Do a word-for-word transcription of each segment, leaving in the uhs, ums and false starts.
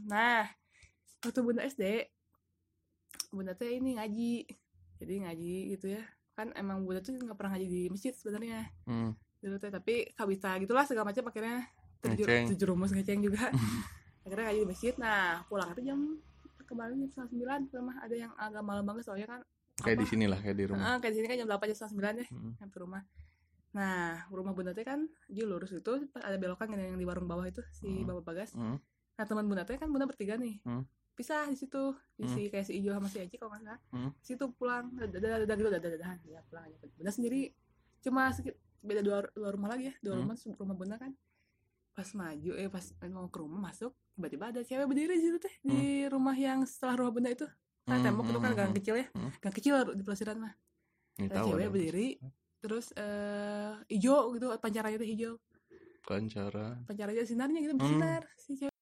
Nah, waktu Bunda S D, Bunda tuh ini ngaji, jadi ngaji gitu ya. Kan emang Bunda tuh nggak pernah ngaji di masjid sebenarnya. Hmm. Dulu tuh, tapi kabita gitulah segala macam akhirnya terjerumus ngeceng juga. Akhirnya ngaji di masjid. Nah, pulang itu jam kemarin jam setengah sembilan ke rumah. Ada yang agak malam banget soalnya kan. Kayak di sini lah, kayak di rumah. Uh, kayak di sini kan jam delapan jam setengah sembilan ya, hmm. sampai rumah. Nah, rumah Bunda teh kan dia lurus itu ada belokan yang di warung bawah itu si hmm. Bapak Bagas. Hmm. Nah, teman Bunda teh kan Bunda bertiga nih. Hmm. Pisah di situ. Di hmm. si kayak si Ijo sama si Aji kalau enggak salah. Hmm. Di situ pulang dadah-dadah gitu dadah-dadahan. Ya pulang aja. Bunda sendiri cuma sedikit beda dua, dua rumah lagi ya. Dua hmm. rumah rumah Bunda kan. Pas maju eh pas mau ke rumah masuk tiba-tiba ada cewek berdiri di situ teh hmm. di rumah yang setelah rumah Bunda itu. Nah, tembok itu kan gang kecil ya. Hmm. Gang kecil di pelesiran mah. Ada cewek ada. Berdiri terus uh, hijau gitu, pancaranya itu hijau. Pancara. Pancaranya sinarnya gitu bersinar hmm. si cewek.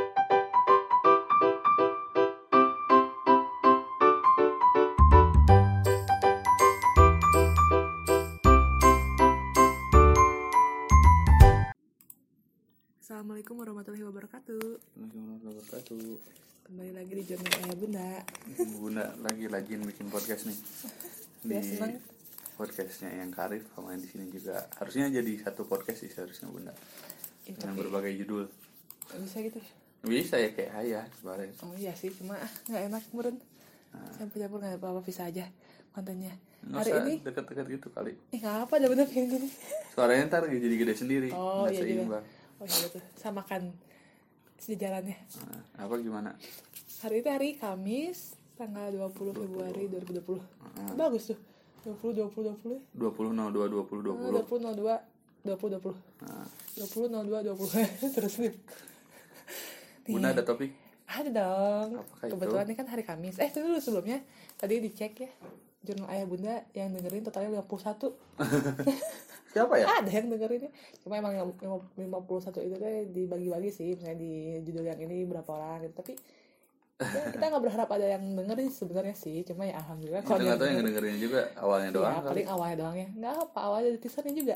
Assalamualaikum warahmatullahi wabarakatuh. Warahmatullahi wabarakatuh. Kembali lagi di Jurnal Ayah Bunda. Bunda lagi lagi bikin podcast nih. Di ya, senang. Podcastnya yang Karif sama yang di sini juga. Harusnya jadi satu podcast sih seharusnya Bunda. Ya, dengan tapi... berbagai judul. Bisa gitu? Bisa ya kayak Ayah kemarin. Oh iya sih, cuma ah nggak enak kemarin. Nah. Campur-campur nggak apa-apa, bisa aja kontennya. Nggak hari usah ini dekat-dekat gitu kali. Eh nggak apa, ada bener kayak gini. Suaranya ntar jadi gede sendiri. Oh nggak iya seimbang. Juga. Oh iya betul. Samakan sejalannya. Nah, apa gimana? Hari itu hari Kamis tanggal dua puluh Februari dua ribu dua puluh. Uh. Bagus tuh. dua puluh dua puluh dua puluh. dua puluh nol dua dua puluh dua puluh. dua puluh nol dua dua puluh dua puluh. Nah. dua puluh nol dua dua puluh. Terus nih. Bunda ada topik? Ada dong. Apakah kebetulan itu? Ini kan hari Kamis. Eh, itu dulu sebelumnya. Tadi dicek ya. Jurnal Ayah Bunda yang dengerin totalnya lima puluh satu. Siapa ya? Ada yang dengerinnya. Cuma emang lima puluh satu itu tuh dibagi-bagi sih. Misalnya di judul yang ini berapa orang gitu. Tapi ya, kita gak berharap ada yang dengerin sebenarnya sih. Cuma ya alhamdulillah. Kita gak tahu yang dengerin juga awalnya doang. Ya paling awalnya doang ya. Gak apa, awalnya ada teasernya juga.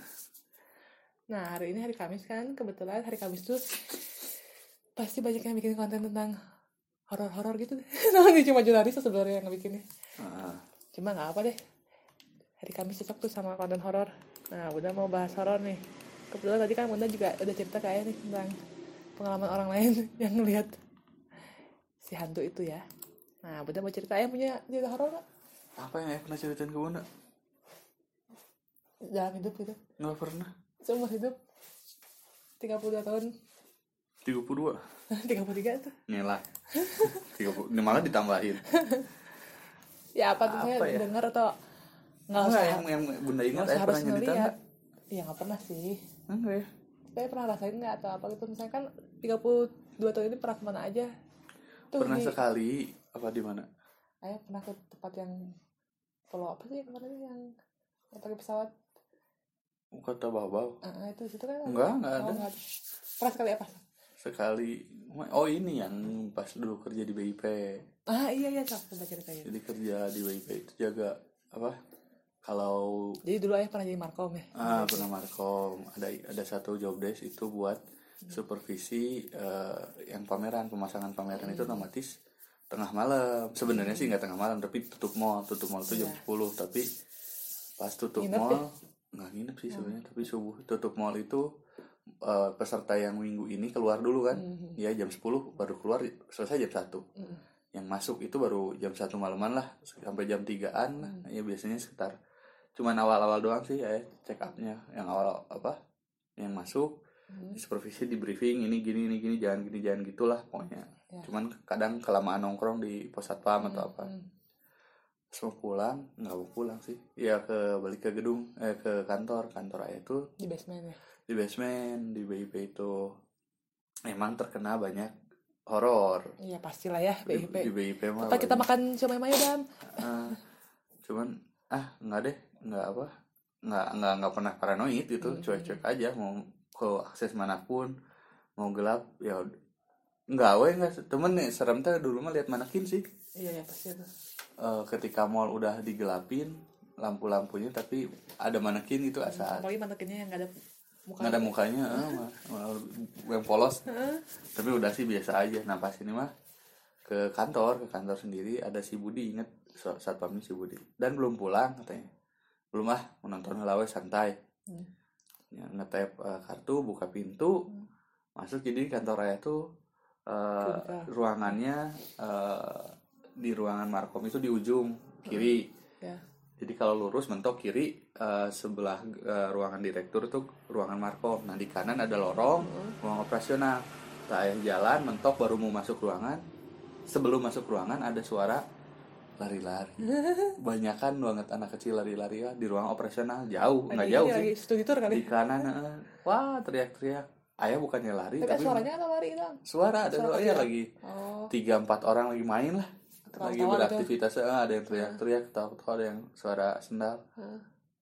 Nah hari ini hari Kamis kan. Kebetulan hari Kamis tuh pasti banyak yang bikin konten tentang horor-horor gitu. Namanya cuma jurnalis sebenarnya yang bikinnya. Uh. Cuma gak apa deh. Hari Kamis cocok tuh sama konten horor. Nah, Bunda mau bahas horor nih. Kebetulan tadi kan Bunda juga udah cerita kayak nih tentang pengalaman orang lain yang ngelihat si hantu itu ya. Nah, Bunda mau cerita yang punya cerita horor gak? Apa yang Ayah pernah ceritain ke Bunda? Dalam hidup gitu? Nggak pernah. Seumur hidup tiga puluh dua tahun. tiga puluh dua? tiga puluh tiga tuh. Inilah. tiga puluh, ini malah ditambahin. Ya apa tuh saya ya? Dengar atau nggak usah yang, yang Bunda ingat Ayah pernah nyeritain nggak? Iya nggak pernah sih. Enggak ya? Saya pernah rasain nggak atau apa gitu? Misalnya kan tiga puluh dua tahun ini pernah kemana aja? Tuh, pernah di, sekali apa di mana? Ayah pernah ke tempat yang pulau apa sih kemarin yang yang pakai pesawat? Kota Babau. Uh, itu situ kan? Enggak enggak ada. Enggak. Pernah sekali apa? Sekali. Oh ini yang pas dulu kerja di B I P. Ah iya iya tak coba ceritain. Jadi kerja di B I P itu jaga apa? Kalau jadi dulu Ayah pernah jadi markom ya? Ah pernah markom. Ada ada satu job desk itu buat supervisi uh, yang pameran, pemasangan pameran hmm. itu otomatis tengah malam. Sebenarnya hmm. sih nggak tengah malam, tapi tutup mall. Tutup mall itu jam yeah. sepuluh, tapi pas tutup nginep mall ya? Nggak nginep sih sebenarnya, hmm. tapi subuh tutup mall itu uh, peserta yang minggu ini keluar dulu kan. Hmm. Ya jam sepuluh baru keluar, selesai jam satu. Hmm. Yang masuk itu baru jam satu malaman lah, sampai jam tigaan lah. Hmm. Ya biasanya sekitar cuman awal-awal doang sih ya check up-nya. Yang awal apa? Yang masuk Hmm. supervisi di briefing ini gini ini gini jangan gini jangan gitulah pokoknya ya. Cuman kadang kelamaan nongkrong di pos satpam hmm. atau apa hmm. semua pulang nggak mau pulang sih ya ke balik ke gedung eh ke kantor kantor Ayah itu di basement ya di basement di B I P itu emang terkena banyak horor. Iya pastilah ya B I P di, di B I P mah kita makan cuma mayo dam uh, cuman ah nggak deh nggak apa nggak nggak nggak pernah paranoid gitu hmm. cuek-cuek aja mau ke akses manapun mau gelap ya nggak we nggak temen nih serem tuh dulu mah lihat manekin sih. Iya ya pasti itu. Uh, ketika mall udah digelapin lampu-lampunya tapi ada manekin itu asal. Apalagi manekinnya yang nggak ada nggak ada mukanya, eh, yang polos. Tapi udah sih biasa aja. Nah pas ini mah ke kantor, ke kantor sendiri ada si Budi, inget satpamnya si Budi. Dan belum pulang katanya. Belum ah, menonton ngelawe santai. Hmm. Ya, ngetep uh, kartu, buka pintu, hmm. masuk. Jadi kantor Raya tuh uh, ruangannya uh, di ruangan Markom itu di ujung kiri. Hmm. Yeah. Jadi kalau lurus mentok kiri, uh, sebelah uh, ruangan direktur itu ruangan Markom. Nah di kanan ada lorong, hmm. ruang operasional. Saya jalan mentok baru mau masuk ruangan. Sebelum masuk ruangan ada suara lari-lari. Banyakan banget anak kecil lari-lari ya, di ruang operasional. Jauh, nggak jauh sih. Kali. Di kanan, uh, wah teriak-teriak. Ayah bukannya lari, tapi, tapi suaranya ada lari itu. Suara ada suara ya lagi. Tiga empat orang lagi main lah. Lagi beraktivitas, itu. Ada yang teriak-teriak, tahu-tahu ada yang suara sendal. Hmm.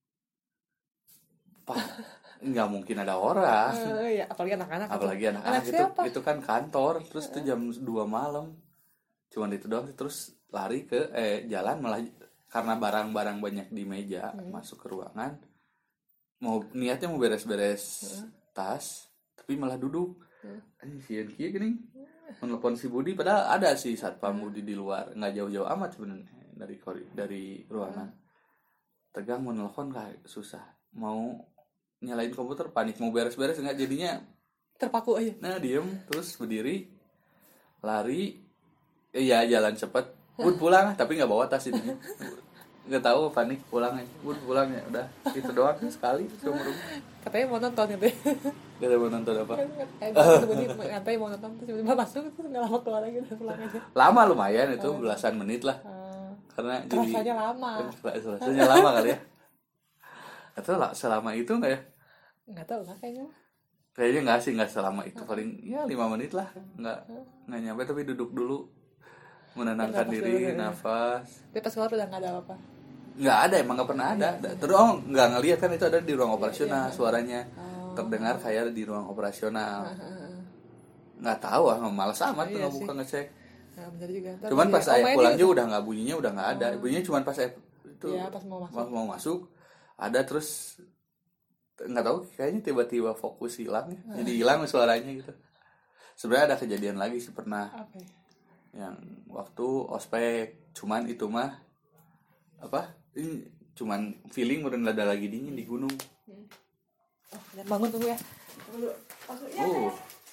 Pak, nggak mungkin ada orang. Uh, ya, apalagi anak-anak. Apalagi anak-anak itu, itu kan kantor, terus itu jam dua malam. Cuman itu doang, terus lari ke eh jalan malah karena barang-barang banyak di meja, hmm. masuk ke ruangan. Mau niatnya mau beres-beres hmm. tas, tapi malah duduk. Anjing hmm. sieun kieu geuning. Menelepon si Budi, padahal ada sih satpam hmm. Budi di luar, nggak jauh-jauh amat sebenarnya dari dari ruangan. Hmm. Tegang mau nelpon kayak susah, mau nyalain komputer panik, mau beres-beres nggak, jadinya terpaku aja. Nah diem terus berdiri, lari, iya eh, jalan cepet, Bud pulang tapi nggak bawa tas ini, nggak tahu panik pulang aja, Bud pulang ya udah itu doang sekali seumur hidup. Katanya mau nonton gitu. Katanya mau nonton apa? Katanya mau nonton terus tiba-tiba masuk terus nggak lama keluar lagi udah pulang aja. Lama lumayan itu belasan menit lah. Hmm. Karena rasanya jadi lama. Rasanya lama kali ya. Atau lah selama itu nggak ya? Nggak tahu lah kayaknya. Kayaknya nggak sih, nggak selama itu, paling ya lima menit lah, nggak nggak nyampe, tapi duduk dulu menenangkan diri, dulu, nafas. Tapi pas keluar udah nggak ada apa-apa. Nggak ada, emang nggak pernah ada. Ya, terus oh nggak ngelihat kan itu ada di ruang operasional, ya, ya. Suaranya oh. terdengar kayak di ruang operasional. Nggak tahu ah, malas amat tuh nggak buka ngecek. Nah, benar juga. Cuman pas saya pulang juga udah nggak, bunyinya udah nggak ada. Oh. Bunyinya cuman pas saya itu ya, pas mau masuk. mau masuk ada, terus nggak tahu kayaknya tiba-tiba fokus hilang ya. Jadi hilang suaranya gitu. Sebenarnya ada kejadian lagi sih pernah. Okay. Yang waktu ospek, cuman itu mah apa? Ini cuman feeling udah ada lagi dingin di gunung. Oh, dan bangun tunggu ya. Tunggu. Maksudnya oh.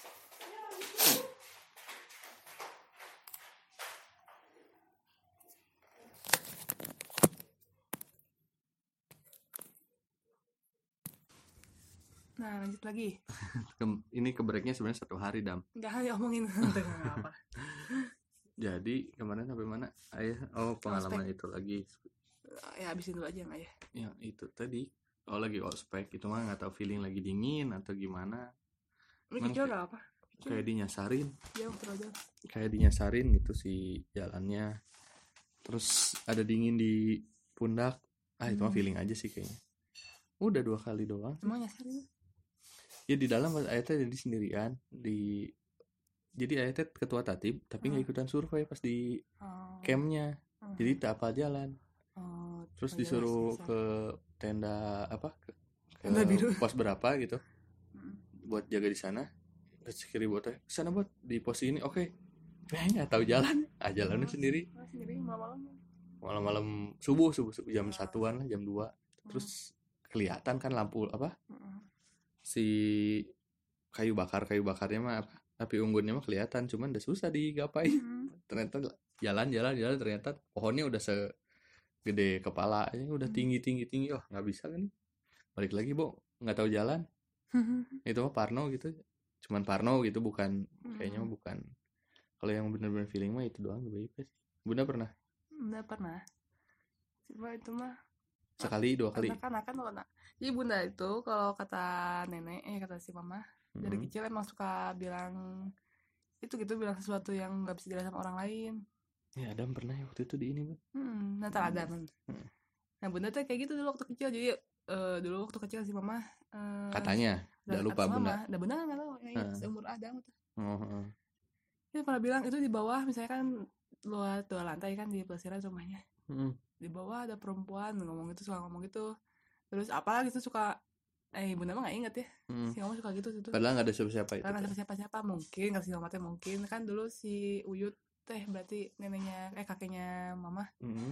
Nah lanjut lagi. Ini kebreaknya sebenarnya satu hari Dam. Nggak hanya omongin nggak apa. Jadi kemarin sampai mana? Ayah, oh pengalaman ospek. Itu lagi. Ya habisin dulu aja nggak ya? Yang itu tadi, oh lagi ospek itu mah nggak tahu feeling lagi dingin atau gimana. Ini kecil nggak apa? Kecil. Kayak dinyasarin. Jauh terus. Kayak dinyasarin gitu si jalannya. Terus ada dingin di pundak. Ah itu mah hmm. feeling aja sih kayaknya. Udah dua kali doang. Emang nyasarin? Ya di dalam ayatnya jadi sendirian di, jadi ayatnya ketua tatib tapi nggak hmm. ikutan survei pas di oh. campnya, hmm. jadi tak apa jalan. Oh, terus disuruh jelas, ke tenda apa ke, ke tenda biru. Pos berapa gitu hmm. buat jaga di sana. Terus kiri buat ke sana buat di pos ini, oke. Okay. Nggak tahu jalan, ah jalannya oh, sendiri. Sendiri malam-malam. Malam-malam subuh subuh subuh jam satuan lah, jam dua. Terus kelihatan kan lampu apa? Hmm. Si kayu bakar kayu bakarnya mah apa, api unggunnya mah kelihatan, cuman udah susah digapai. Mm-hmm. Ternyata jalan-jalan jalan ternyata pohonnya udah segede kepala, aja udah tinggi tinggi tinggi, oh nggak bisa kan nih, balik lagi Bo, nggak tahu jalan. Itu mah parno gitu, cuman parno gitu, bukan kayaknya mah bukan. Kalau yang benar-benar feeling mah itu doang lebih baik sih. Bunda pernah? Bunda pernah. Coba itu mah sekali dua kali. Anak-anak kan anak. Jadi Bunda itu kalau kata nenek, eh kata si mama, mm-hmm. dari kecil emang suka bilang itu gitu, bilang sesuatu yang nggak bisa dilihat sama orang lain. Ya Adam pernah ya waktu itu di ini Bun. Hmm, nanti Adam. Hmm. Nah Bunda tuh kayak gitu dulu waktu kecil. Jadi uh, dulu waktu kecil si mama. Uh, Katanya, udah lupa Bunda. Udah Bunda nggak tahu, ya, uh. seumur Adam tuh. Oh, uh. Dia pernah bilang itu di bawah, misalnya kan luar dua lantai kan di pelesiran rumahnya. Hmm. Di bawah ada perempuan ngomong gitu, suka ngomong gitu. Terus apalagi tuh suka eh bunda mah nggak inget ya. hmm. Si mama suka gitu tuh. Padahal nggak ada siapa-siapa itu. Karena siapa-siapa mungkin kalau si mama teh mungkin kan dulu si Uyut teh berarti neneknya eh kakeknya mama. Hmm.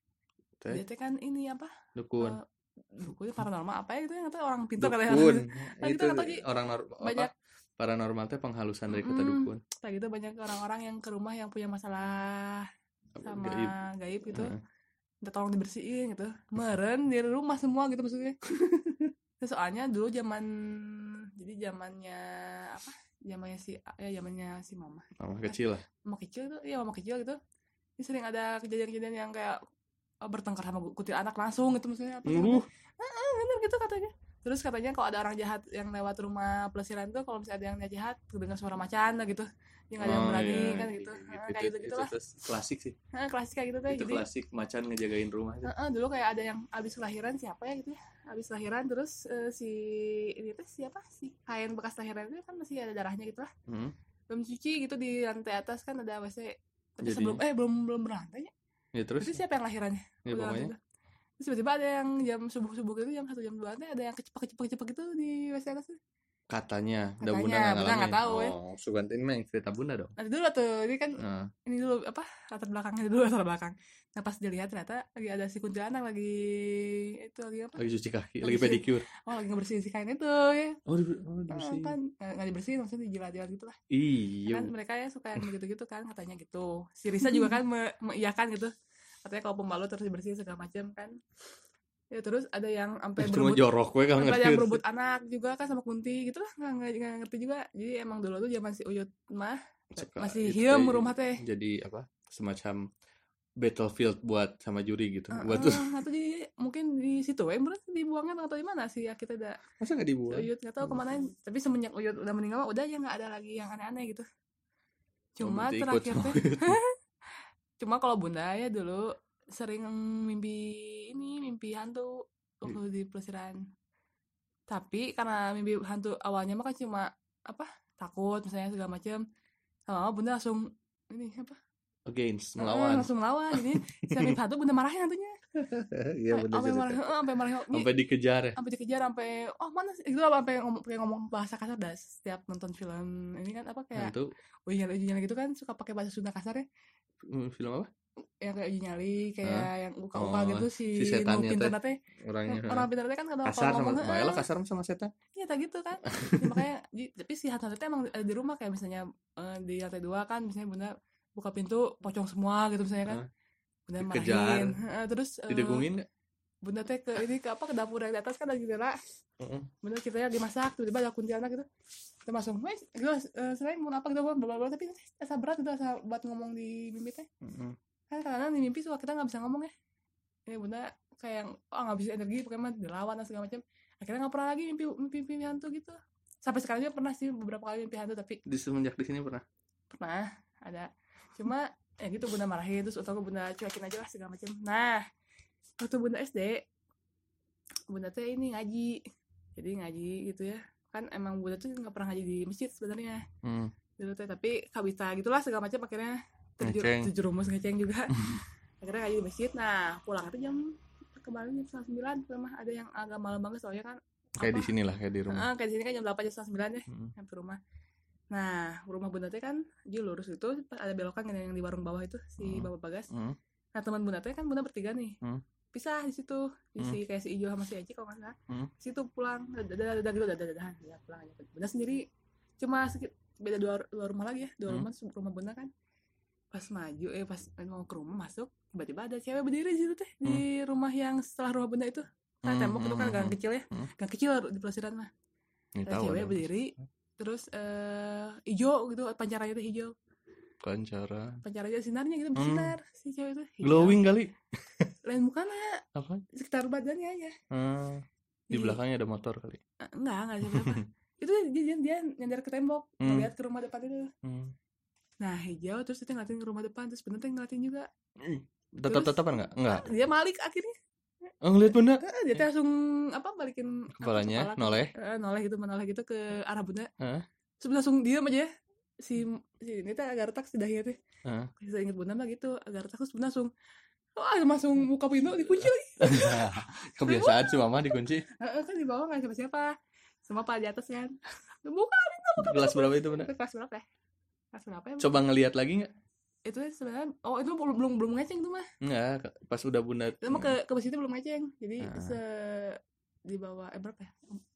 Dia teh kan ini apa? Dukun. Uh, dukun paranormal apa ya itu yang kata orang pintar katanya. Dukun. Itu orang normal. Banyak paranormal teh penhalusan dari kata dukun. Kayak gitu banyak orang-orang yang ke rumah yang punya masalah sama gaib, gaib gitu. Uh. Minta tolong dibersihin gitu. Meren di rumah semua gitu maksudnya. Soalnya dulu zaman jadi zamannya apa? Zamannya si ya zamannya si mama. Mama kecil lah. Mama kecil tuh, iya mama kecil gitu. Ini sering ada kejadian-kejadian yang kayak oh, bertengkar sama kutil anak langsung gitu maksudnya apa? Uh. Heeh, bener gitu katanya. Terus katanya kalau ada orang jahat yang lewat rumah pelesiran tuh kalau misalnya ada yang jahat dengar suara macan lah gitu. Yang ada oh, yang berani iya, kan gitu. Gitu, nah, kayak gitu gitulah. Klasik sih. Nah, klasik kayak gitu tuh. Itu jadi klasik macan ngejagain rumah. Uh, dulu kayak ada yang abis lahiran siapa ya gitu ya. Abis lahiran terus uh, si ini tuh siapa sih? Kain bekas lahiran itu kan masih ada darahnya gitu lah. Hmm. Belum cuci gitu di lantai atas kan ada W C. Tapi sebelum eh belum belum berlantai ya. Ya terus. Itu siapa yang lahirannya? Ya pokoknya. Terus tiba-tiba ada yang jam subuh-subuh gitu, jam satu jam dua ada yang kecepak-kecepak gitu di W C atas tuh. Katanya, udah bunda nggak ngalamin. Nggak tahu ya. Oh, Suganti ini mah cerita bunda dong. Nanti dulu tuh, ini kan uh. ini dulu apa latar belakangnya dulu latar belakang. Nah pas dilihat ternyata lagi ada si kuntilanak lagi itu lagi apa? Lagi cuci kaki, lagi, lagi pedicure. Oh lagi ngebersihin si kain itu ya. Oh, di, oh dibersihin. Kan nggak dibersihin maksudnya dijilat-jilat gitu lah. Iya. Kan mereka ya suka yang gitu-gitu kan katanya gitu. Si Risa juga kan mengiyakan gitu. Katanya kalau pembalut terus dibersihin segala macam kan. Ya terus ada yang sampai berebut jorok gue kan ada yang berebut anak juga kan sama Kunti gitu lah nggak nggak ngerti juga jadi emang dulu tuh zaman si Uyut mah suka, masih hiam rumah teh jadi apa semacam battlefield buat sama juri gitu uh, buat uh, atau jadi mungkin di situ ya bener dibuangkan atau di mana sih ya kita udah masa nggak dibuang Uyut nggak tahu kemana tapi semenjak Uyut udah meninggal udah ya nggak ada lagi yang aneh-aneh gitu cuma oh, terakhir teh cuma kalau bunda ya dulu sering mimpi ini mimpi hantu waktu di pelesiran tapi karena mimpi hantu awalnya mah kan cuma apa takut misalnya segala macam sama bunda langsung ini apa against melawan uh, langsung melawan ini saya mimpi hantu bunda marahin hantunya iya benar sampai marah sampai marah sampai dikejar ya sampai dikejar sampai oh mana itu sampai ngomong kayak ngomong bahasa kasar dah setiap nonton film ini kan apa kayak hantu oh iya ujian gitu kan suka pakai bahasa Sunda kasar ya film apa yang kayak uji nyali kayak huh? yang uka-uka oh, gitu si, si setannya pintar teh orangnya orang pintar teh kan kalau kasar ngomong sama baiklah kasar sama setan iya tak gitu kan ya, makanya tapi si hantu teh emang ada di rumah kayak misalnya uh, di lantai dua kan misalnya bunda buka pintu pocong semua gitu misalnya kan bunda marahin uh, terus uh, didegungin nggak bunda teh ke ini ke apa ke dapur yang di atas kan ada jendela uh-uh. Bunda kita lagi masak tiba-tiba ada kuntilanak gitu kita langsung wes gitu uh, selain mau apa gitu bla-bla tapi asa berat itu asa buat ngomong di mimpi teh uh-uh. Kan kadang di mimpi suka kita nggak bisa ngomong ya ini bunda kayak oh nggak bisa energi pokoknya mah dilawan dan segala macam akhirnya nggak pernah lagi mimpi, mimpi mimpi hantu gitu sampai sekarang juga pernah sih beberapa kali mimpi hantu tapi di semenjak di sini pernah pernah ada cuma ya gitu bunda marahin terus atau bunda cuekin aja lah segala macam nah waktu bunda S D bunda tuh ini ngaji jadi ngaji gitu ya kan emang bunda tuh nggak pernah ngaji di masjid sebenarnya hmm. dulu tuh tapi kabita gitulah segala macam akhirnya terjerumus ngeceng juga akhirnya ngaji di masjid nah pulang itu jam kemarin jam setengah sembilan rumah ada yang agak malam banget soalnya kan kayak di sini lah kayak di rumah uh, kayak di sini kan jam delapan jam setengah sembilan ya hmm. sampai rumah nah rumah bunda teh kan dia lurus itu ada belokan yang di warung bawah itu si hmm. bapak Bagas hmm. nah teman bunda teh kan bunda bertiga nih hmm. pisah di situ di hmm. si kayak si Ijo sama si Aji kalau nggak salah hmm. situ pulang dadah dadah gitu dadah dadah ya pulang aja bunda sendiri cuma sedikit beda dua, dua rumah lagi ya dua hmm. rumah rumah bunda kan pas maju eh pas mau ke rumah masuk tiba-tiba ada cewek berdiri di situ teh hmm. di rumah yang setelah rumah bunda itu kan hmm. tembok itu kan gang kecil ya hmm. gang kecil di pelesiran mah ada cewek ada. Berdiri terus uh, hijau gitu pancaranya itu hijau pancara pancaranya sinarnya gitu bersinar hmm. si cewek itu hijau. Glowing kali lain mukanya apa sekitar badannya aja hmm. di Jadi, belakangnya ada motor kali uh, enggak enggak ada apa itu dia, dia, dia nyandar ke tembok hmm. ngeliat ke rumah depan itu hmm. nah hijau terus dia ngeliatin ke rumah depan terus bener tuh ngeliatin juga tetap-tetapan nggak nggak dia malik akhirnya oh ngeliat bunda dia tuh langsung apa balikin kepalanya kepala, noleh uh, noleh gitu menoleh gitu ke arah bunda huh? terus langsung diam aja ya si si ini tuh agak retak si dahinya tuh huh? saya inget bunda mah gitu agak retak terus bunda langsung Wah, langsung buka pintu dikunci lagi. Kebiasaan sih mama dikunci. Heeh, kan di bawah nggak siapa-siapa, semua pada di atas kan. Buka pintu, buka Kelas pintu. berapa itu benar? Kelas berapa ya? Kelas berapa ya? Coba ngelihat lagi nggak? Itu sebenarnya, oh itu belum belum belum ngeceng tuh mah. Enggak, pas udah bunda. Itu mah ke ke bawah situ belum ngeceng. Jadi nah. se di bawah eh berapa ya?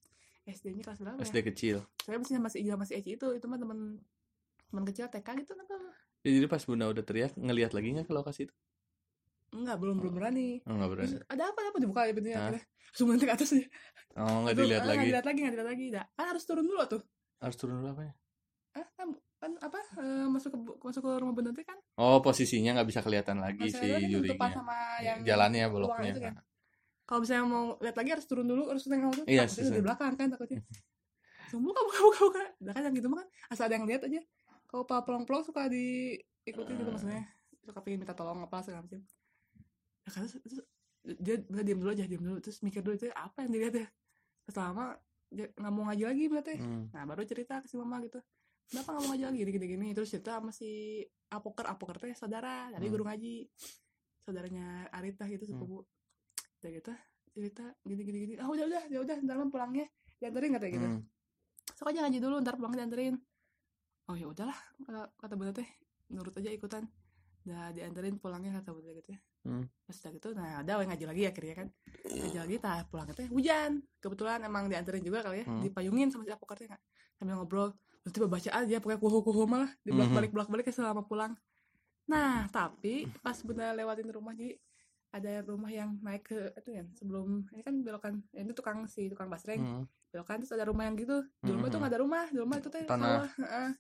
S D-nya kelas berapa ya? S D kecil. Saya masih masih iya masih Eci itu, itu mah teman teman kecil T K gitu kan. Jadi pas bunda udah teriak, ngelihat lagi nggak ke lokasi itu? Enggak, belum belum berani. Oh, enggak berani. Terus, ada apa apa dibuka ya pintunya akhirnya. Semua ke atas aja. Oh, enggak dilihat lagi. Enggak dilihat lagi, enggak dilihat lagi. Dah, kan harus turun dulu tuh. Harus turun dulu apa ya? Ah, kan, kan apa e, masuk ke masuk ke rumah bunda kan? Oh, posisinya nggak bisa kelihatan lagi sih jurinya. Sama yang jalannya bloknya. Kan? Kalau misalnya mau lihat lagi harus turun dulu, harus tengok tuh. Iya, di belakang kan takutnya. Semua buka buka buka buka. Nah, kan yang gitu mah kan asal ada yang lihat aja. Kalau pak pelong-pelong suka diikutin gitu maksudnya. Suka pengen minta tolong apa segala macam. Nah, kan terus dia udah diam dulu aja, diam dulu terus mikir dulu itu apa yang dilihat ya. Selama dia nggak mau ngaji lagi berarti. Hmm. Nah, baru cerita ke si mama gitu. Kenapa nggak mau ngaji lagi gini-gini terus cerita sama si apoker apoker teh saudara dari hmm. guru ngaji. Saudaranya Arita gitu sepupu. Hmm. Udah gitu cerita gini-gini gini. Ah, udah udah, ya udah ntar pulangnya dianterin katanya gitu. Hmm. Sok aja ngaji dulu ntar pulangnya dianterin. Oh ya udahlah kata, kata bunda teh nurut aja ikutan. Udah dianterin pulangnya kata bunda gitu ya. Hmm. Terus udah gitu, nah ada yang ngaji lagi akhirnya kan. Ngaji lagi, tah pulangnya teh hujan. Kebetulan emang dianterin juga kali ya, hmm. dipayungin sama si apokernya nggak. Sambil ngobrol, terus tiba baca aja, pokoknya kuhu-kuhu malah dibolak-balik bolak-balik selama pulang. Nah tapi pas bunda lewatin rumah jadi ada rumah yang naik ke itu kan sebelum ini kan belokan ini tukang si tukang basreng hmm. belokan terus ada rumah yang gitu di rumah hmm. itu nggak ada rumah di rumah itu teh sawah uh,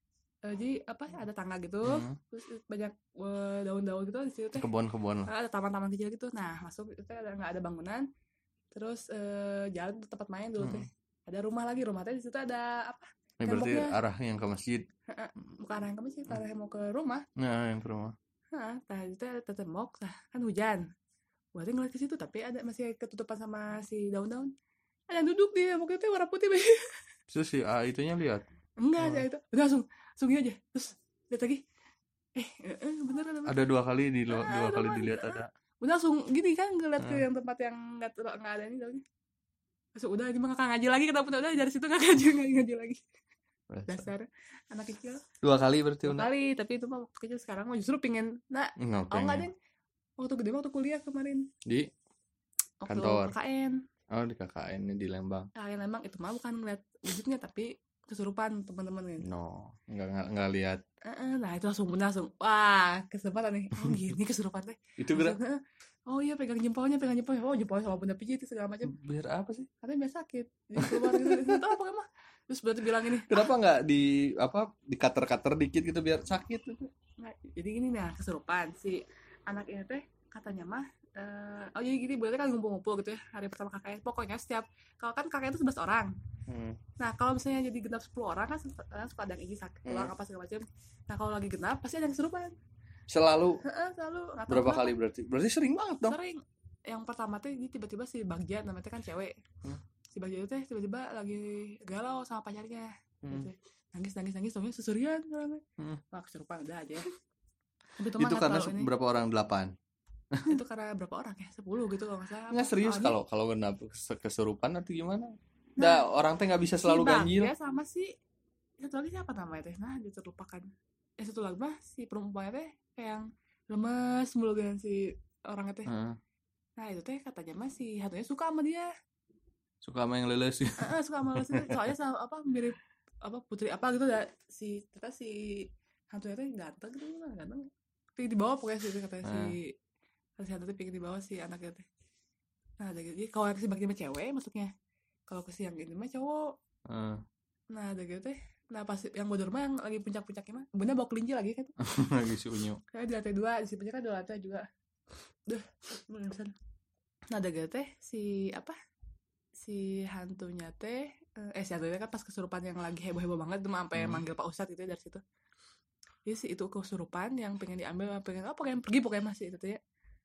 jadi apa ada tangga gitu hmm. terus banyak uh, daun-daun gitu di situ teh kebun-kebun uh, ada taman-taman kecil gitu nah masuk itu ada nggak ada bangunan terus uh, jalan tempat main dulu hmm. teh ada rumah lagi rumah teh di situ ada apa ini berarti arah yang ke masjid bukan arah yang ke masjid arah yang mau ke rumah nah yang ke rumah. Nah, tadi itu ada tembok, nah, kan hujan. Berarti ngeliat ke situ, tapi ada masih ketutupan sama si daun-daun. Ada yang duduk di tembok itu warna putih. Terus si A itunya lihat? Enggak, oh. itu. Udah langsung, langsung aja. Terus lihat lagi. Eh, eh bener ada. Ada dua kali di dua, nah, dua kali dilihat ada. Udah langsung gini kan ngeliat ke yang tempat yang enggak enggak ada ini daunnya. Terus udah ini mah ngaji lagi kenapa udah dari situ enggak ngaji ngaji, ngaji lagi. Dasar anak kecil dua kali berarti dua kali tapi itu mah waktu kecil sekarang mah justru pingin nah oh enggak deh waktu gede waktu kuliah kemarin di waktu kantor K K N oh di K K N di Lembang K K N Lembang itu mah bukan ngeliat wujudnya tapi kesurupan teman-teman kan no enggak enggak, enggak lihat nah itu langsung langsung wah kesempatan nih oh gini kesurupan teh itu gerak oh iya pegang jempolnya pegang jempolnya oh jempolnya sama bunda pijit segala macam biar apa sih katanya biar sakit jadi keluar gitu itu apa emang terus berarti bilang ini kenapa nggak ah, di apa di cutter cutter dikit gitu biar sakit gitu nah, jadi gini nah kesurupan si anak ini teh katanya mah uh, oh jadi gini berarti kan ngumpul-ngumpul gitu ya hari pertama K K N pokoknya setiap kalau kan K K N itu sebelas orang hmm. nah kalau misalnya jadi genap sepuluh orang kan suka ada yang izin sakit pulang hmm. apa segala macam nah kalau lagi genap pasti ada yang kesurupan selalu selalu berapa kali berarti berarti sering banget dong sering yang pertama tuh dia tiba-tiba si Bagja namanya kan cewek hmm. si Bagja itu teh tiba-tiba lagi galau sama pacarnya hmm. gitu. nangis nangis nangis soalnya susurian hmm. wah kesurupan udah aja tapi itu, itu karena berapa orang delapan itu karena berapa orang ya sepuluh gitu kalau nggak salah nggak serius kalau kalau genap kesurupan atau gimana nah, orang teh nggak bisa selalu si ganjil ya sama si satu lagi siapa namanya teh nah dia terlupakan eh satu lagi mah si perempuannya teh kayak yang lemes mulu dengan si orangnya teh hmm. nah itu teh katanya mah si hantunya suka sama dia suka sama yang leles sih uh, suka sama leles soalnya sama apa mirip apa putri apa gitu ya si ternyata si hantunya teh ganteng gitu kan ganteng pingin di bawah pokoknya sih katanya uh. si si hantu teh pingin di bawah si anaknya teh nah ada gitu kalau si bagian cewek maksudnya kalau ke si yang ini mah cowok uh. nah ada gitu teh nah pas yang bodor mah yang lagi puncak-puncaknya mah bunda bawa kelinci lagi kan lagi si unyu kayak di lantai dua di si puncak kan di lantai juga duh nah ada gitu teh si apa si hantunya teh eh si hantunya kan pas kesurupan yang lagi heboh-heboh banget tuh sampai hmm. manggil Pak Ustadz gitu ya dari situ. Jadi si itu kesurupan yang pengen diambil pengen apa pengen pergi pokoknya masih itu tuh ya.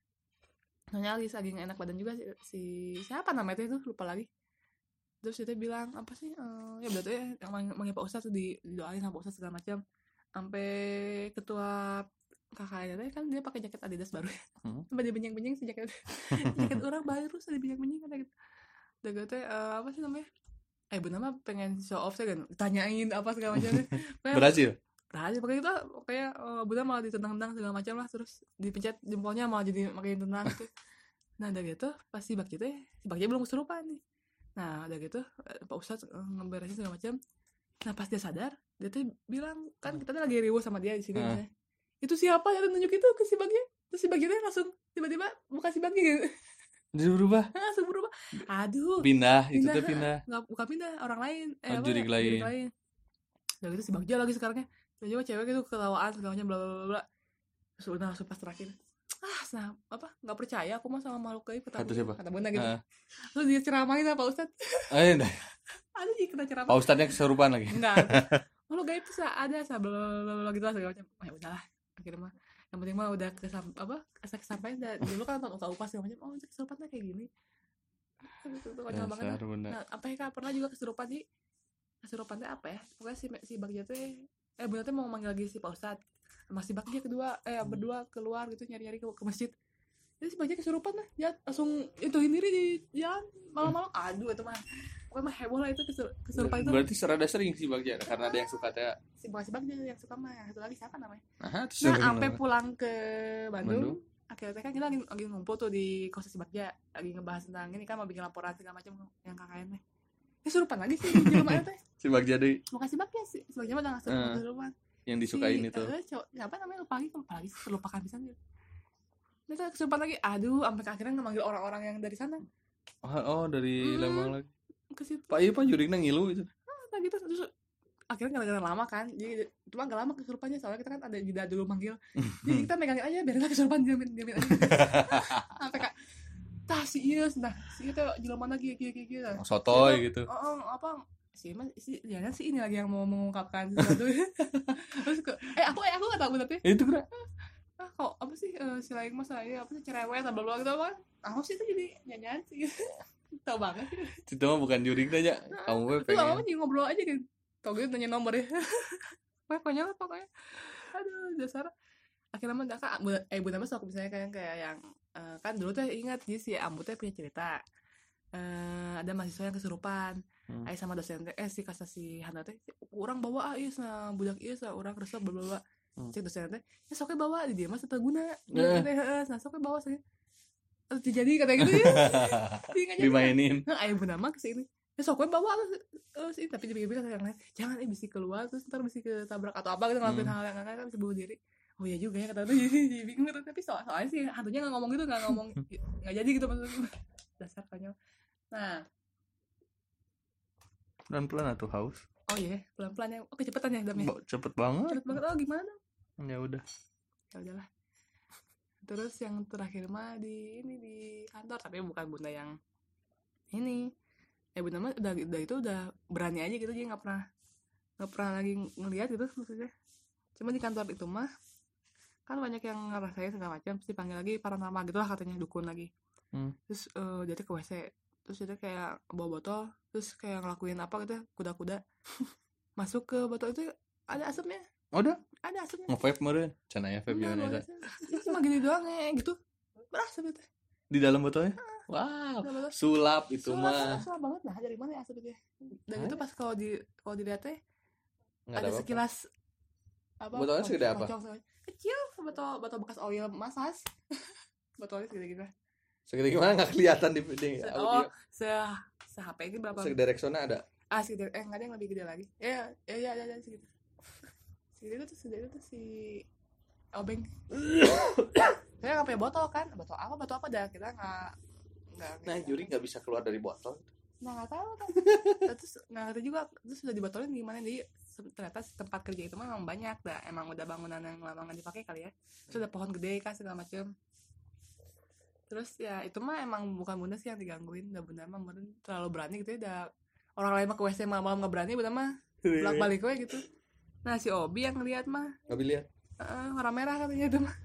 Nanya lagi lagi nggak enak badan juga si, si siapa namanya itu lupa lagi. Terus dia bilang apa sih uh, ya berarti ya yang manggil Pak Ustadz tuh di, didoain sama Pak Ustadz segala macam sampai ketua kakaknya teh kan dia pakai jaket Adidas baru ya. Hmm? Sampai dibenyeng-benyeng si jaket. Jaket orang baru terus dibenyeng-benyeng kan gitu. Udah gitu teh uh, apa sih namanya? Eh bener mah pengen show off saya kan. Tanyain apa segala macam. Berhasil. Berhasil pakai itu kayak uh, bener malah ditendang-tendang segala macam lah, terus dipencet jempolnya malah jadi makin tenang gitu. Nah udah gitu pas si Bagja teh, si Bagja belum kesurupan nih. Nah udah gitu Pak Ustadz uh, ngeberesin segala macam. Nah pas dia sadar, dia tuh bilang kan kita tuh lagi riuh sama dia di sini. Uh. Itu siapa yang nunjuk itu ke si Bagja? Terus si Bagja langsung tiba-tiba buka si Bagja gitu. Dia berubah? Langsung berubah. Aduh. Pindah, itu tuh pindah. Enggak, bukan pindah, orang lain. Eh, oh, jurik lain. lain. Udah gitu si Bagja lagi sekarangnya. Coba cewek gitu kelawaan segala macam bla bla bla. Terus udah langsung pas terakhir. Ah, nah, apa? Enggak percaya aku mah sama makhluk gaib kata siapa? Kata Bunda gitu. Uh. Terus dia ceramahin sama Pak Ustadz. Eh, enggak. Ada sih kena ceramah. Pak Ustadznya kesurupan lagi. Enggak. Makhluk gaib itu ada bla gitu segala macam. Oh ya udahlah. Akhirnya mah yang penting mah udah kesam apa? Kesampaian dulu kan tahu pas segala macam. Oh, kesurupannya kayak gini. Itu tuh konyol banget. Nah, apa ya Kak pernah juga kesurupan sih? Kesurupan teh apa ya? Pokoknya si si Bagja teh eh bener teh mau manggil lagi si Pak Ustadz. Masih Bagja kedua eh hmm. berdua keluar gitu nyari-nyari ke, ke masjid. Jadi si Bagja kesurupan lah. Dia langsung ituin diri di jalan malam-malam. Aduh itu mah. Pokoknya mah heboh lah itu kesurupan itu. Berarti serada sering si Bagja karena ada yang suka teh. Si Bagja yang suka mah. Yang satu lagi siapa namanya? Aha, nah, sampai pulang ke Bandung. Bandung? Akhirnya kan kita lagi, lagi ngumpul tuh di kos si Bagja lagi ngebahas tentang ini kan mau bikin laporan segala macam yang K K N teh. Kesurupan lagi sih di rumah teh. Si Bagja deh. Bukan si Bagja sih, si Bagja mah udah ngasih uh, kesurupan. Yang disukain si, itu. Eh, uh, siapa namanya lupa lagi, lupa lagi terlupakan pisan gitu. Dia kesurupan lagi. Aduh, sampai akhirnya ngemanggil orang-orang yang dari sana. Oh, oh dari hmm, Lembang lagi. Ke situ. Pak iya Pak jurikna ngilu itu. Nah, gitu terus akhirnya gara-gara lama kan, jadi cuma gak lama kesurupannya soalnya kita kan ada jeda dulu manggil, jadi kita megangin aja biar gak kesurupan diamin diamin aja. Sampai kak, tah si Ius, nah si itu jelema lagi kayak kayak gitu. Sotoy gitu. Oh, oh apa sih mas si jangan sih ini lagi yang mau mengungkapkan sesuatu. Terus ke, eh aku eh aku nggak tahu berarti. Itu kira. Ah kok apa sih uh, si lain mas saya apa sih cerewet atau bla gitu apa? Aku sih itu jadi nyanyian sih. Tahu banget sih. Itu mah bukan jurik aja. Kamu pengen. Kamu jadi ngobrol aja gitu. Tau gitu nanya nomor ya. Pokoknya lah pokoknya. Aduh dasar. Akhirnya mah kak eh bunda mas aku misalnya kayak kayak yang uh, kan dulu tuh ingat jadi si Ambu tuh punya cerita uh, ada mahasiswa yang kesurupan. Hmm. Ayah sama dosen teh eh si kata si Hana teh orang bawa ah ieu nah budak ieu sa urang resep bawa hmm. Cek dosen teh ya sok bawa di dia mah teu guna. Heeh. Nah sok bawa saya. Terjadi kata gitu ya. Dimainin. Heeh ayah bunda mah kesini. Ya sok bawa uh, sih tapi dipikir-pikir yang lain jangan eh bisa keluar terus ntar bisa ketabrak atau apa gitu ngelakuin hmm. hal yang kan bisa bunuh diri. Oh iya juga ya kata tuh jadi bingung tapi soal soalnya sih hantunya nggak ngomong gitu nggak ngomong nggak jadi gitu maksudnya dasar konyol. Nah pelan-pelan atau haus? Oh iya pelan-pelan ya. Oke cepetan ya damnya. Cepet banget. Cepet banget oh gimana dong? Ya udah. Ya udahlah. Terus yang terakhir mah di ini di kantor tapi bukan bunda yang ini. Ya bunda mah udah, udah itu udah berani aja gitu dia nggak pernah nggak pernah lagi ngelihat gitu maksudnya. Cuma di kantor itu mah kan banyak yang ngerasain segala macam terus dipanggil lagi paranormal gitu lah katanya dukun lagi. Hmm. Terus uh, jadi ke W C terus dia kayak bawa botol terus kayak ngelakuin apa gitu kuda-kuda masuk ke botol itu ada asapnya. Oh, ada? Ada asapnya. Nge-vape meureun. Cenah ya vape jangan ada. Cuma gini doang ya gitu. Berasap itu. Di dalam botolnya? Wow. Sulap itu sulap, mah. Sulap banget nah dari mana ya asap itu ya? Dan Hah? Itu pas kalau di kalau dilihat teh ada, ada sekilas apa? Botolnya segede apa? Kecil, botol botol bekas oil massage. Botolnya segede gitu. Segede gimana nggak kelihatan di video. Se- oh, se se H P ini berapa? Segede Rexona ada? Ah, segede eh nggak ada yang lebih gede lagi. Ya, ya, ya, ada ada segitu. Segitu tuh segede itu si obeng. Saya nggak punya botol kan? Botol apa? Botol apa dah? Kita nggak nggak. Nah, juri nggak bisa keluar dari botol. Nah nggak tahu kan. Terus nggak ngerti juga. Terus sudah dibotolin gimana di ternyata tempat kerja itu memang banyak dah. Emang udah bangunan yang lama nggak dipakai kali ya. Terus ada pohon gede kan segala macam. Terus ya itu mah emang bukan bunda sih yang digangguin. Udah bunda mah mungkin terlalu berani gitu ya. Udah orang lain mah ke W C malam-malam nggak berani, bunda mah bolak balik we gitu. Nah si Obi yang ngeliat mah. Obi lihat. Uh, warna merah katanya itu mah.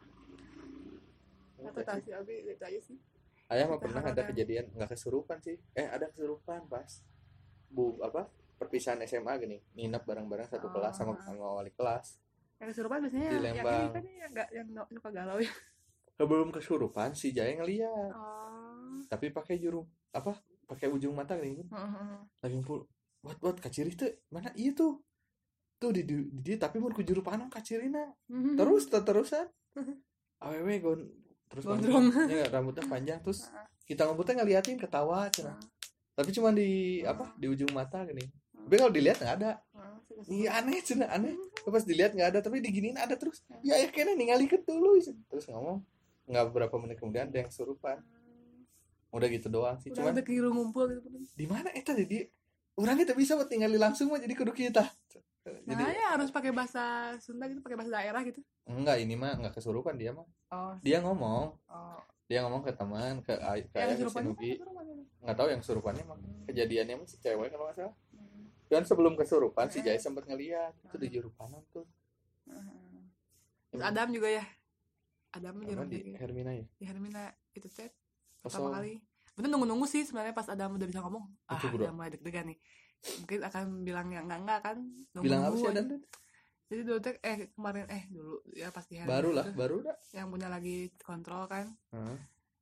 Atau tak si Obi itu aja sih. Ayah mah pernah ada kejadian nggak kesurupan sih. Eh ada kesurupan pas bu apa perpisahan S M A gini. Nginep bareng-bareng satu oh. kelas sama sama wali kelas. Yang kesurupan biasanya di yang Lembang. ini kan yang enggak yang suka galau ya. Sebelum kesurupan si Jaya ngeliat. Oh. Tapi pakai juru apa? Pakai ujung mata nih. Heeh. Lagi ngumpul. Buat buat kaciri teh mana iya tuh. Tuh di di, di tapi mun ku juru panang kacirina. Terus terusan. Awewe gon terus gondrong. Ya, rambutnya panjang terus kita ngumpul teh ngeliatin ketawa cenah. Tapi cuma di apa? Di ujung mata gini. Tapi kalau dilihat enggak ada. Iya aneh cenah aneh. Pas dilihat enggak ada tapi diginiin ada terus. Ya ya kayaknya ningalikeun dulu terus ngomong. Enggak beberapa menit kemudian ada yang kesurupan. Udah gitu doang sih. Cuma ada kira ngumpul gitu. Di mana eta di orangnya tidak bisa buat tinggali langsung mah jadi kudu kita. Jadi nah, ya harus pakai bahasa Sunda gitu, pakai bahasa daerah gitu. Enggak, ini mah enggak kesurupan dia mah. Oh. Dia ngomong. Oh. Dia ngomong ke teman, ke ay- ke ayah, ke Sinugi. Enggak tahu yang kesurupannya mah. Hmm. Kejadiannya mah si cewek kalau enggak salah. Hmm. Dan sebelum kesurupan hmm. si Jaya sempat ngeliat itu di juru panang tuh. Hmm. Terus Adam juga ya. Adam juru di Hermina ya. Di Hermina itu teh pertama kali. Bener nunggu-nunggu sih sebenarnya pas Adam udah bisa ngomong. Ah, udah mulai deg-degan nih. Mungkin akan bilang yang enggak-enggak kan. Bilang apa sih Adam tuh? Jadi dulu teh eh kemarin eh dulu ya pasti hari baru lah baru dah yang punya lagi kontrol kan. Uh-huh.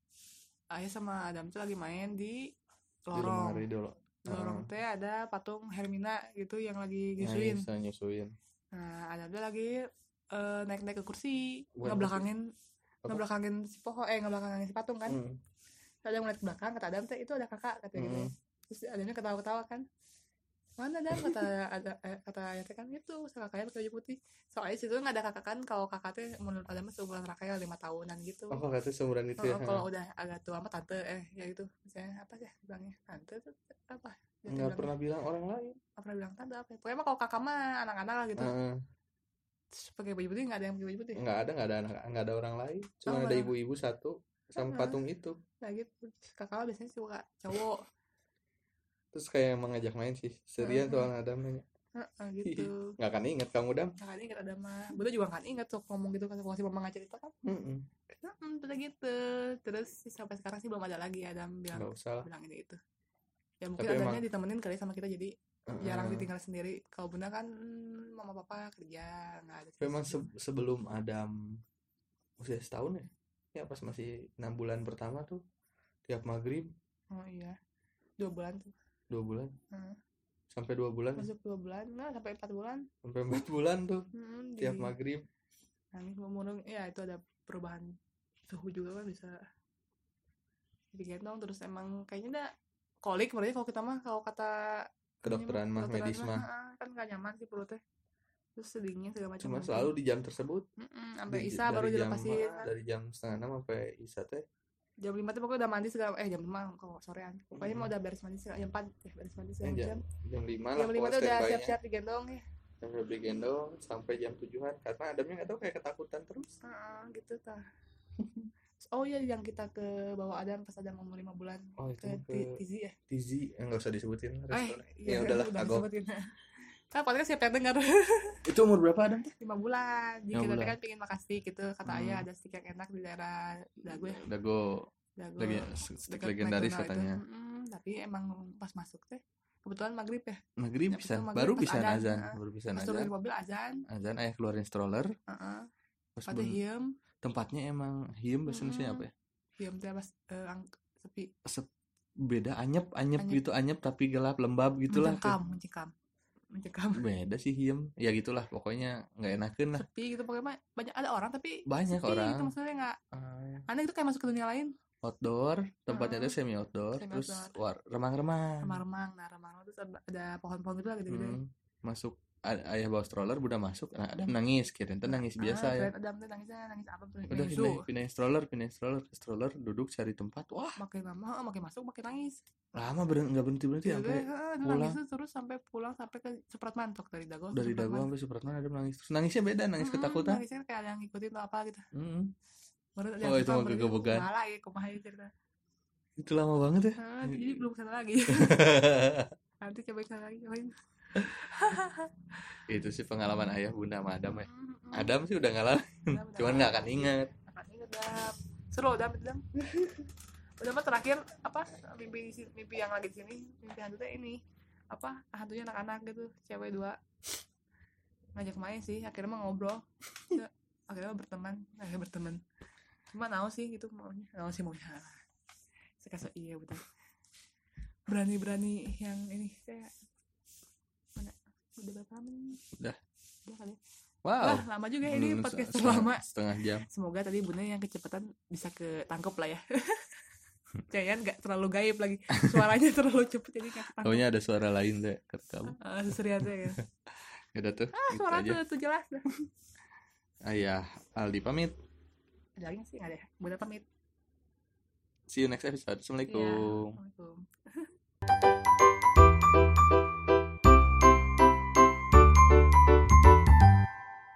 Ayah sama Adam tuh lagi main di lorong. Di dulu. Di lorong uh-huh. teh ada patung Hermina gitu yang lagi nyusuin. Nah, nyusuin. Nah Adam tuh lagi uh, naik-naik ke kursi ngebelakangin ngebelakangin si pohon eh ngebelakangin si patung kan. Hmm. Ada ngeliat ke belakang kata Adam teh itu ada kakak katanya hmm. gitu. Terus Adamnya ketawa-ketawa kan. Mana Adam kata ada eh, kata ayahnya kan itu kakaknya pakai baju putih. Soalnya situ nggak ada kakak kan kalau kakak teh menurut Adam seumuran Rakaya lima tahunan gitu. Oh kakak teh seumuran itu oh, ya. Kalau udah agak tua mah tante eh ya gitu. Misalnya apa sih bilangnya tante tuh apa? Nggak pernah bilang orang lain. Nggak pernah bilang tante apa? Ya? Pokoknya mah kalau kakak mah anak-anak lah gitu. Uh. Terus pakai baju putih nggak ada yang pakai baju putih. Nggak ada nggak ada anak nggak ada orang lain. Cuma oh, ada ibu-ibu satu sama uh. patung itu. Nah gitu. Kakak biasanya suka cowok. Terus kayak mengajak main sih serian uh-huh. soal Adam nanya uh-uh, gitu nggak akan inget kamu Dam nggak akan inget Adam mah Bunda juga nggak inget tuh ngomong gitu kan kalau si mama ngajar itu kan uh-uh. nah, udah gitu terus sampai sekarang sih belum ada lagi Adam bilang bilang ini itu ya mungkin Adamnya emang... ditemenin kali sama kita jadi uh-uh. jarang ditinggal sendiri kalau Bunda kan mama papa kerja nggak ada memang se- sebelum Adam usia setahun ya ya pas masih enam bulan pertama tuh tiap maghrib oh iya dua bulan tuh dua bulan hmm. sampai dua bulan masuk dua bulan nah sampai empat bulan sampai empat bulan tuh hmm, tiap di... maghrib nangis murung ya itu ada perubahan suhu juga kan bisa digendong terus emang kayaknya udah kolik berarti kalau kita mah kalau kata kedokteran mah medis mah kan nggak nyaman sih perutnya terus sedingin segala macam cuma selalu di jam tersebut Mm-mm, sampai Isa baru dilepasin dari jam setengah enam sampai Isa teh jam lima tuh pokoknya udah mandi segala eh jam lima kalau sorean pokoknya hmm. mau udah beres mandi segala jam empat ya beres mandi segala macam jam jam lima lah jam lima tuh udah siap-siap digendong ya siap digendong sampai jam tujuan karena Adamnya nggak tahu kayak ketakutan terus uh, gitu tah oh iya yang kita ke bawa Adam pas Adam umur lima bulan oh, ke, ke Tizi ya Tizi nggak usah disebutin eh, ya, ya udahlah udah aku kan podcast siapa yang dengar itu umur berapa Adam tuh lima bulan jadi kita kan pengen makasih gitu kata hmm. ayah ada stik yang enak di daerah Dago ya Dago Legi, legendaris katanya hmm, tapi emang pas masuk teh kebetulan maghrib ya maghrib ya, bisa maghrib, baru bisa azan uh, baru bisa azan masuk mobil azan azan ayah keluarin stroller uh-uh. tempatnya hiem tempatnya emang hiem bahasa Indonesia hmm. apa ya hiem teh pas uh, sepi Sep, beda anyep, anyep anyep gitu anyep tapi gelap lembab gitulah mencekam mencekam mencekam beda sih hiem ya gitulah pokoknya nggak enakeun lah sepi gitu pokoknya banyak ada orang tapi banyak sepi, orang gitu, maksudnya nggak uh. aneh itu kayak masuk ke dunia lain outdoor tempatnya tuh uh, semi outdoor semi terus war, remang-remang remang-remang nah remang terus ada pohon-pohon gitu lah gitu-gitu hmm, masuk ayah bawa stroller Bunda masuk nah Adam nangis kirain tuh nangis biasa ah, ya Adam tuh nangisnya nangis apa tuh udah pindah, pindah stroller pindah stroller ke stroller duduk cari tempat wah makin lama makin masuk makin nangis lama ber- nggak berhenti berhenti sampai pulang nangis terus sampai pulang sampai ke Supratman tok dari Dago dari Dago sampai Supratman Adam nangis terus nangisnya beda nangis hmm, ketakutan nangisnya kayak ada yang ngikutin atau apa gitu hmm. oh itu mah gegebegan malah ya kumaha cerita itu lama banget ya ah, jadi belum kesana lagi nanti coba kesana lagi cobain itu sih pengalaman ayah Bunda sama Adam ya Adam sih udah ngalamin cuman nggak akan ingat akan ingat Adam seru Adam Adam udah mah terakhir apa mimpi mimpi yang lagi di sini mimpi hantunya ini apa hantunya anak-anak gitu cewek dua ngajak main sih, akhirnya mah ngobrol. Akhirnya mah berteman, akhirnya berteman. Cuma naon sih gitu maunya, naon sih maunya. Sekasa iya betul. Berani-berani yang ini kayak mana? Udah berapa lama nih? Udah. Udah kali. Wow. Lah, lama juga ini Hmm, podcast setengah, terlama. Setengah jam. Semoga tadi Bunda yang kecepatan bisa ketangkep lah ya. Jangan gak terlalu gaib lagi. Suaranya terlalu cepet jadi gak ketangkep. Taunya ada suara lain deh kata kamu. Ah, seseriatnya ya. Ya udah tuh. Ah, gitu suara aja. tuh, tuh jelas dah. Ayah Aldi pamit. Ada lagi sih, gak ada. Bunda pamit. See you next episode. Assalamualaikum. Iya, Assalamualaikum.